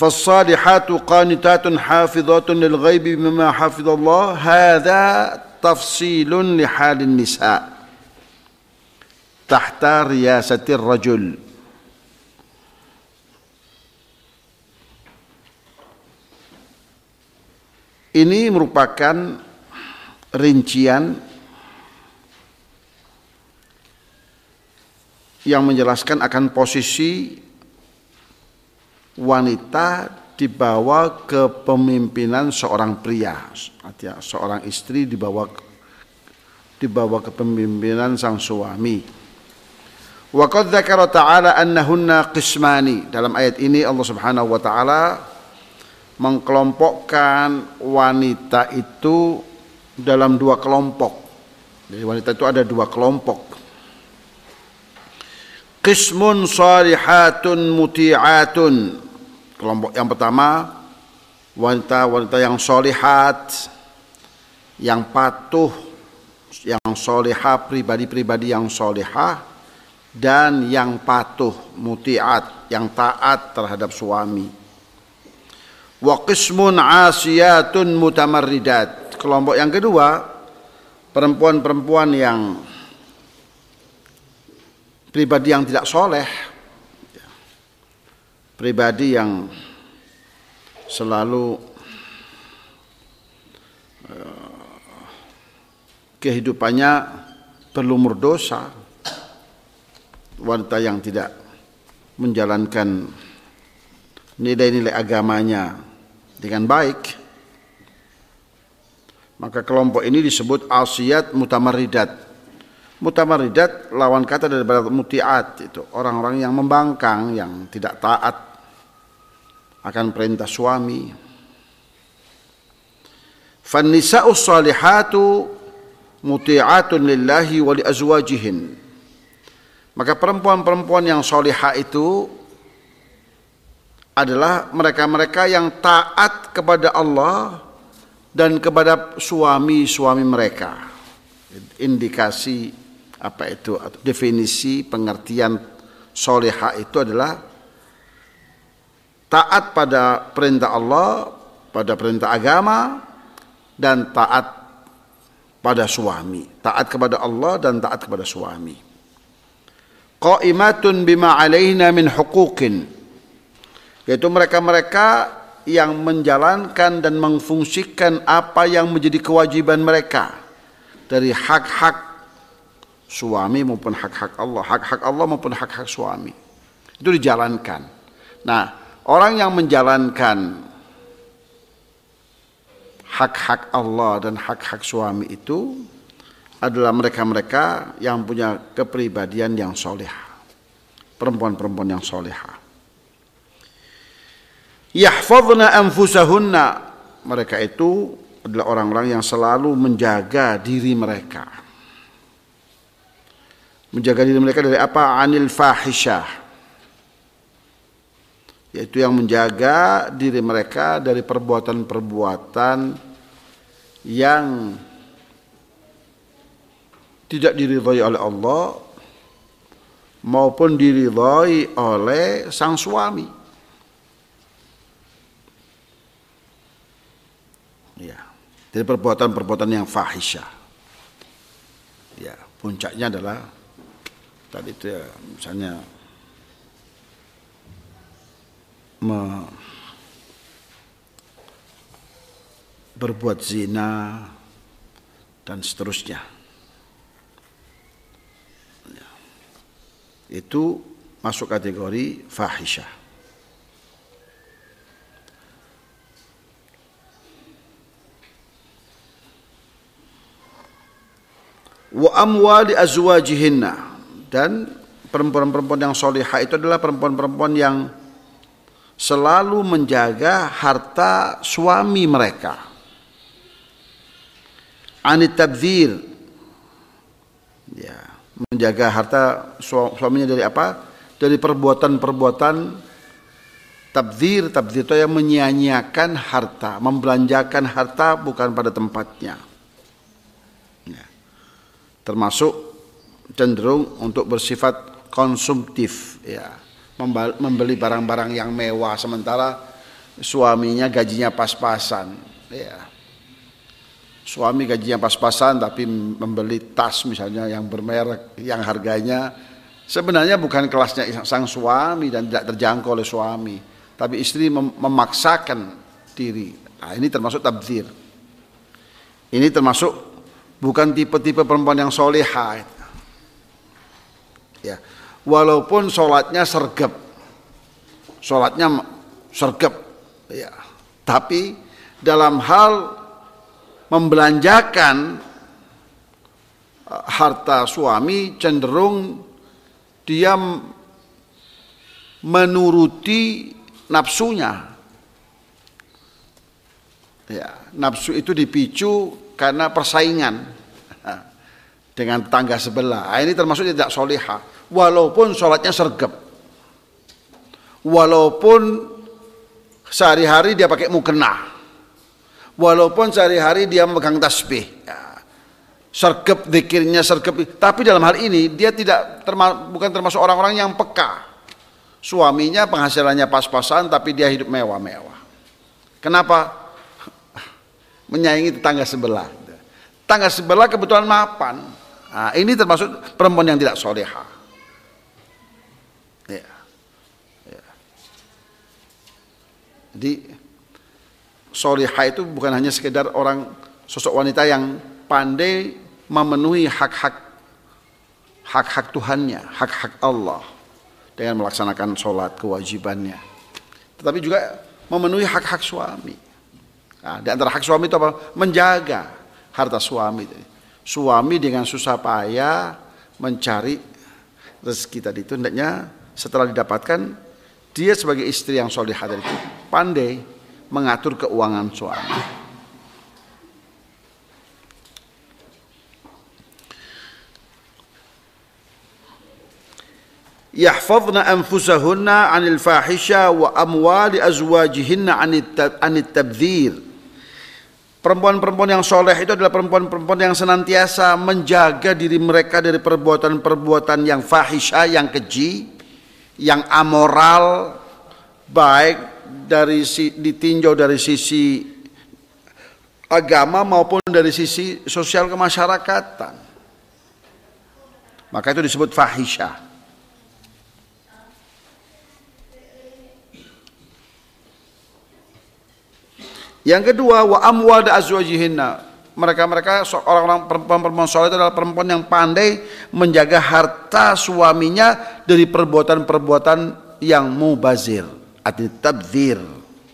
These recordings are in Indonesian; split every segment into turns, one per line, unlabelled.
Fassalihatu qanitatun hafizatun lil ghaibi bima hafizallah. Hadza tafsilun li halin nisa tahta riyasatir rajul. Ini merupakan rincian yang menjelaskan akan posisi wanita di bawah kepemimpinan seorang pria, artinya seorang istri di bawah kepemimpinan sang suami. Wa qad dzakara ta'ala annahunna qismani. Dalam ayat ini Allah Subhanahu wa taala mengkelompokkan wanita itu dalam dua kelompok. Jadi wanita itu ada dua kelompok. Qismun salihatun muti'atun. Kelompok yang pertama, wanita-wanita yang solihat, yang patuh, yang solihah, pribadi-pribadi yang solihah, dan yang patuh, muti'at, yang taat terhadap suami. Wa qismun asiyatun mutamarridat. Kelompok yang kedua, perempuan-perempuan yang pribadi yang tidak soleh, pribadi yang selalu kehidupannya berlumur dosa, wanita yang tidak menjalankan nilai-nilai agamanya dengan baik, maka kelompok ini disebut asiyat mutamarridat. Mutamarridat lawan kata daripada mutiat, itu orang-orang yang membangkang, yang tidak taat akan perintah suami. Fannisa'us salihatu muti'atun lillahi wa li azwajihin. Maka perempuan-perempuan yang solihah itu adalah mereka-mereka yang taat kepada Allah dan kepada suami-suami mereka. Indikasi apa itu, atau definisi pengertian solihah itu adalah taat pada perintah Allah, pada perintah agama, dan taat pada suami. Taat kepada Allah dan taat kepada suami. Qa'imatun bima alaina min huquqin. Yaitu mereka-mereka yang menjalankan dan mengfungsikan apa yang menjadi kewajiban mereka dari hak-hak suami maupun hak-hak Allah, hak-hak Allah maupun hak-hak suami. Itu dijalankan. Nah, orang yang menjalankan hak-hak Allah dan hak-hak suami itu adalah mereka-mereka yang punya kepribadian yang solehah, perempuan-perempuan yang solehah. Yahfazna anfusahunna, mereka itu adalah orang-orang yang selalu menjaga diri mereka. Menjaga diri mereka dari apa? Anil fahisyah, yaitu yang menjaga diri mereka dari perbuatan-perbuatan yang tidak diridhai oleh Allah maupun diridhai oleh sang suami. Ya, dari perbuatan-perbuatan yang fahisyah. Ya, puncaknya adalah tadi itu ya, misalnya berbuat zina dan seterusnya. Ya, itu masuk kategori fahisyah. Wa amwali azwajihinna, dan perempuan-perempuan yang solihah itu adalah perempuan-perempuan yang selalu menjaga harta suami mereka. Anit tabdzir, ya, menjaga harta suaminya dari apa? Dari perbuatan-perbuatan tabdzir. Tabdzir itu yang menyia-nyiakan harta, membelanjakan harta bukan pada tempatnya. Termasuk cenderung untuk bersifat konsumtif, ya, membeli barang-barang yang mewah sementara suaminya gajinya pas-pasan, ya. Suami gajinya pas-pasan tapi membeli tas misalnya yang bermerek, yang harganya sebenarnya bukan kelasnya sang suami dan tidak terjangkau oleh suami, tapi istri memaksakan diri. Nah, ini termasuk tabdzir. Ini termasuk bukan tipe-tipe perempuan yang soleha. Ya, walaupun sholatnya sergap, ya, tapi dalam hal membelanjakan harta suami cenderung dia menuruti nafsunya. Ya, nafsu itu dipicu karena persaingan dengan tetangga sebelah. Ini termasuk tidak solihah, walaupun sholatnya sergap, walaupun sehari-hari dia pakai mukena, walaupun sehari-hari dia memegang tasbih, ya, sergap zikirnya sergap, tapi dalam hal ini dia bukan termasuk orang-orang yang peka. Suaminya penghasilannya pas-pasan tapi dia hidup mewah-mewah. Kenapa? Menyaingi tetangga sebelah. Tetangga sebelah kebetulan mapan. Nah, ini termasuk perempuan yang tidak soleha. Ya. Ya. Jadi soleha itu bukan hanya sekedar sosok wanita yang pandai memenuhi hak-hak Tuhannya, hak-hak Allah dengan melaksanakan sholat kewajibannya, tetapi juga memenuhi hak-hak suami. Nah, di antara hak suami itu apa? Menjaga harta suami. Suami dengan susah payah mencari rezeki tadi itu, hendaknya setelah didapatkan, dia sebagai istri yang sholihah tadi itu pandai mengatur keuangan suami. Yahfazna anfusahunna 'anil fahisha wa amwali azwajihinna 'anit tabdzir. Perempuan-perempuan yang soleh itu adalah perempuan-perempuan yang senantiasa menjaga diri mereka dari perbuatan-perbuatan yang fahisha, yang keji, yang amoral, baik ditinjau dari sisi agama maupun dari sisi sosial kemasyarakatan. Maka itu disebut fahisha. Yang kedua, wa amwal azwajihinna. Mereka orang-orang perempuan soleh itu adalah perempuan yang pandai menjaga harta suaminya dari perbuatan-perbuatan yang mubazir, atau tabdzir.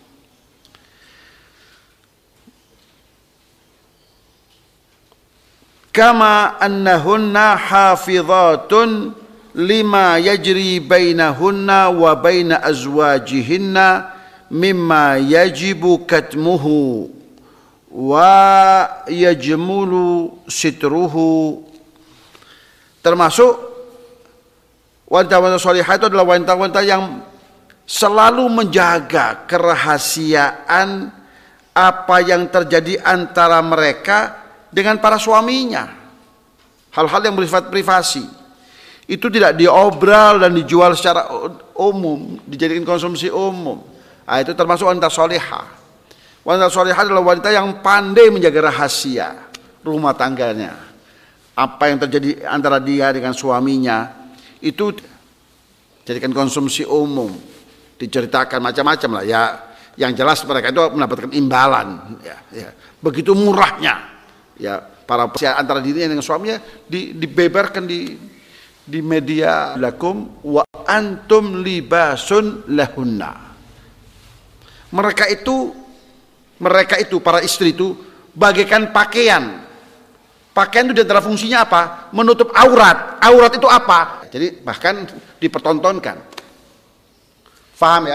Kama annahunna hafizatun lima yajri bainahunna wa baina azwajihinna mimma yajibu katmuhu wa yajmulu sitruhu. Termasuk wanita-wanita sholihah itu adalah wanita-wanita yang selalu menjaga kerahasiaan apa yang terjadi antara mereka dengan para suaminya. Hal-hal yang bersifat privasi itu tidak diobral dan dijual secara umum, dijadikan konsumsi umum. Nah, itu termasuk wanita solihah. Wanita solihah adalah wanita yang pandai menjaga rahasia rumah tangganya. Apa yang terjadi antara dia dengan suaminya itu jadikan konsumsi umum, diceritakan macam-macam lah ya. Yang jelas mereka itu mendapatkan imbalan. Ya. Begitu murahnya ya para antara dirinya dengan suaminya dibeberkan di media. Lakum wa antum libasun lahunna. Mereka itu para istri itu bagaikan pakaian. Pakaian itu di antara fungsinya apa? Menutup aurat. Aurat itu apa? Jadi bahkan dipertontonkan. Faham ya?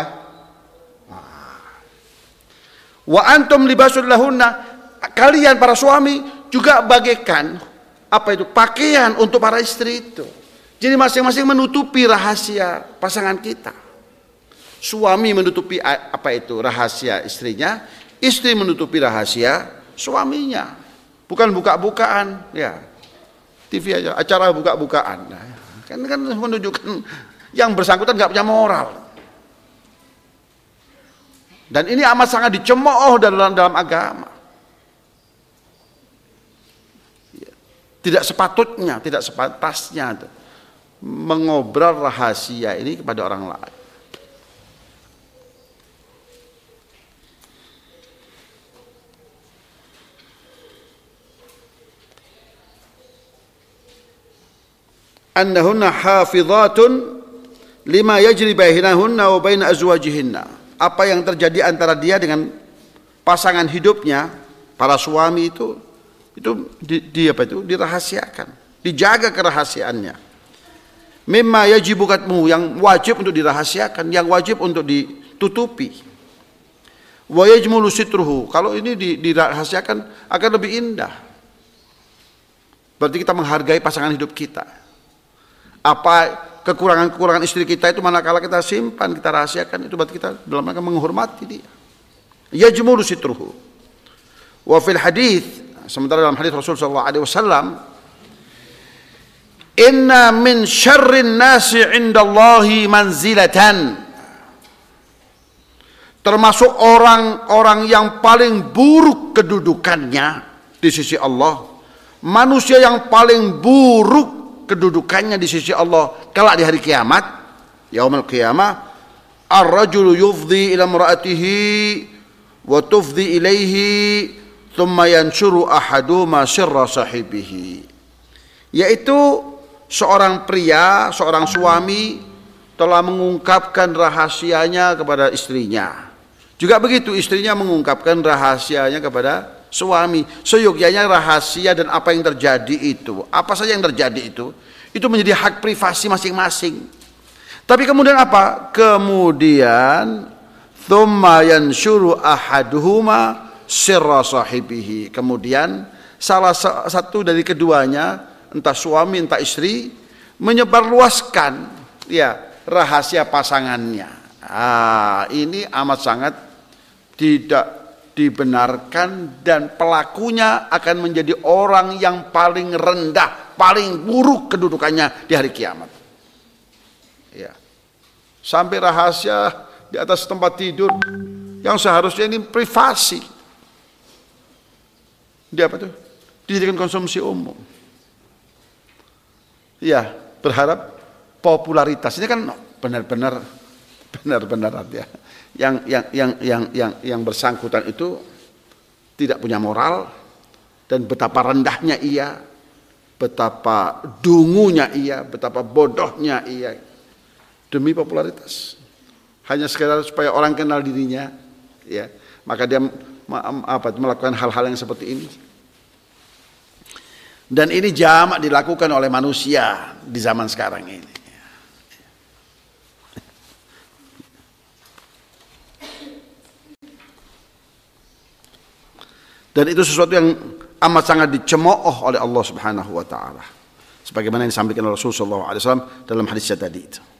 Wa antum libasul lahunna. Kalian para suami juga bagaikan apa itu? Pakaian untuk para istri itu. Jadi masing-masing menutupi rahasia pasangan kita. Suami menutupi apa itu rahasia istrinya, istri menutupi rahasia suaminya. Bukan buka-bukaan, ya. TV aja, acara buka-bukaan. Nah, kan menunjukkan yang bersangkutan nggak punya moral. Dan ini amat sangat dicemooh dalam agama. Tidak sepatutnya, tidak sepantasnya mengobrol rahasia ini kepada orang lain. Annahunna hafizatun lima yajri bainahunna wa bain azwajihinna. Apa yang terjadi antara dia dengan pasangan hidupnya, para suami itu dirahasiakan, dijaga kerahasiaannya. Mimma yajibu katmu, yang wajib untuk dirahasiakan, yang wajib untuk ditutupi. Wa yajmulu sitruhu, kalau ini dirahasiakan akan lebih indah. Berarti kita menghargai pasangan hidup kita. Apa kekurangan-kekurangan istri kita itu manakala kita simpan, kita rahasiakan, itu berarti kita dalam rangka menghormati dia. Yajmulu sitruhu. Wa fil hadits, sementara dalam hadis Rasul sallallahu alaihi wasallam, inna min syarrin nasi indallahi manzilatan, termasuk orang-orang yang paling buruk kedudukannya di sisi Allah, manusia yang paling buruk kedudukannya di sisi Allah kelak di hari kiamat, yaumul qiyamah, ar-rajulu yufdi ila imra'atihi wa tufdi ilaihi thumma yanshuru ahaduma sirra sahibihi, yaitu seorang pria, seorang suami telah mengungkapkan rahasianya kepada istrinya. Juga begitu, istrinya mengungkapkan rahasianya kepada suami. Seyogyanya rahasia dan apa yang terjadi itu, apa saja yang terjadi itu menjadi hak privasi masing-masing. Tapi kemudian apa? Kemudian thumma yanshuru ahaduhuma sirra sahibihi. Kemudian salah satu dari keduanya, entah suami entah istri, menyebarluaskan rahasia pasangannya. Ini amat sangat tidak dibenarkan, dan pelakunya akan menjadi orang yang paling rendah, paling buruk kedudukannya di hari kiamat. Sampai rahasia di atas tempat tidur yang seharusnya ini privasi, dia dijadikan konsumsi umum. Berharap popularitas ini kan benar-benar yang bersangkutan itu tidak punya moral, dan betapa rendahnya ia, betapa dungunya ia, betapa bodohnya ia demi popularitas, hanya sekedar supaya orang kenal dirinya, maka dia melakukan hal-hal yang seperti ini. Dan ini jamak dilakukan oleh manusia di zaman sekarang ini. Dan itu sesuatu yang amat sangat dicemooh oleh Allah Subhanahu wa taala. Sebagaimana yang disampaikan oleh Rasulullah sallallahu alaihi wasallam dalam hadisnya tadi itu.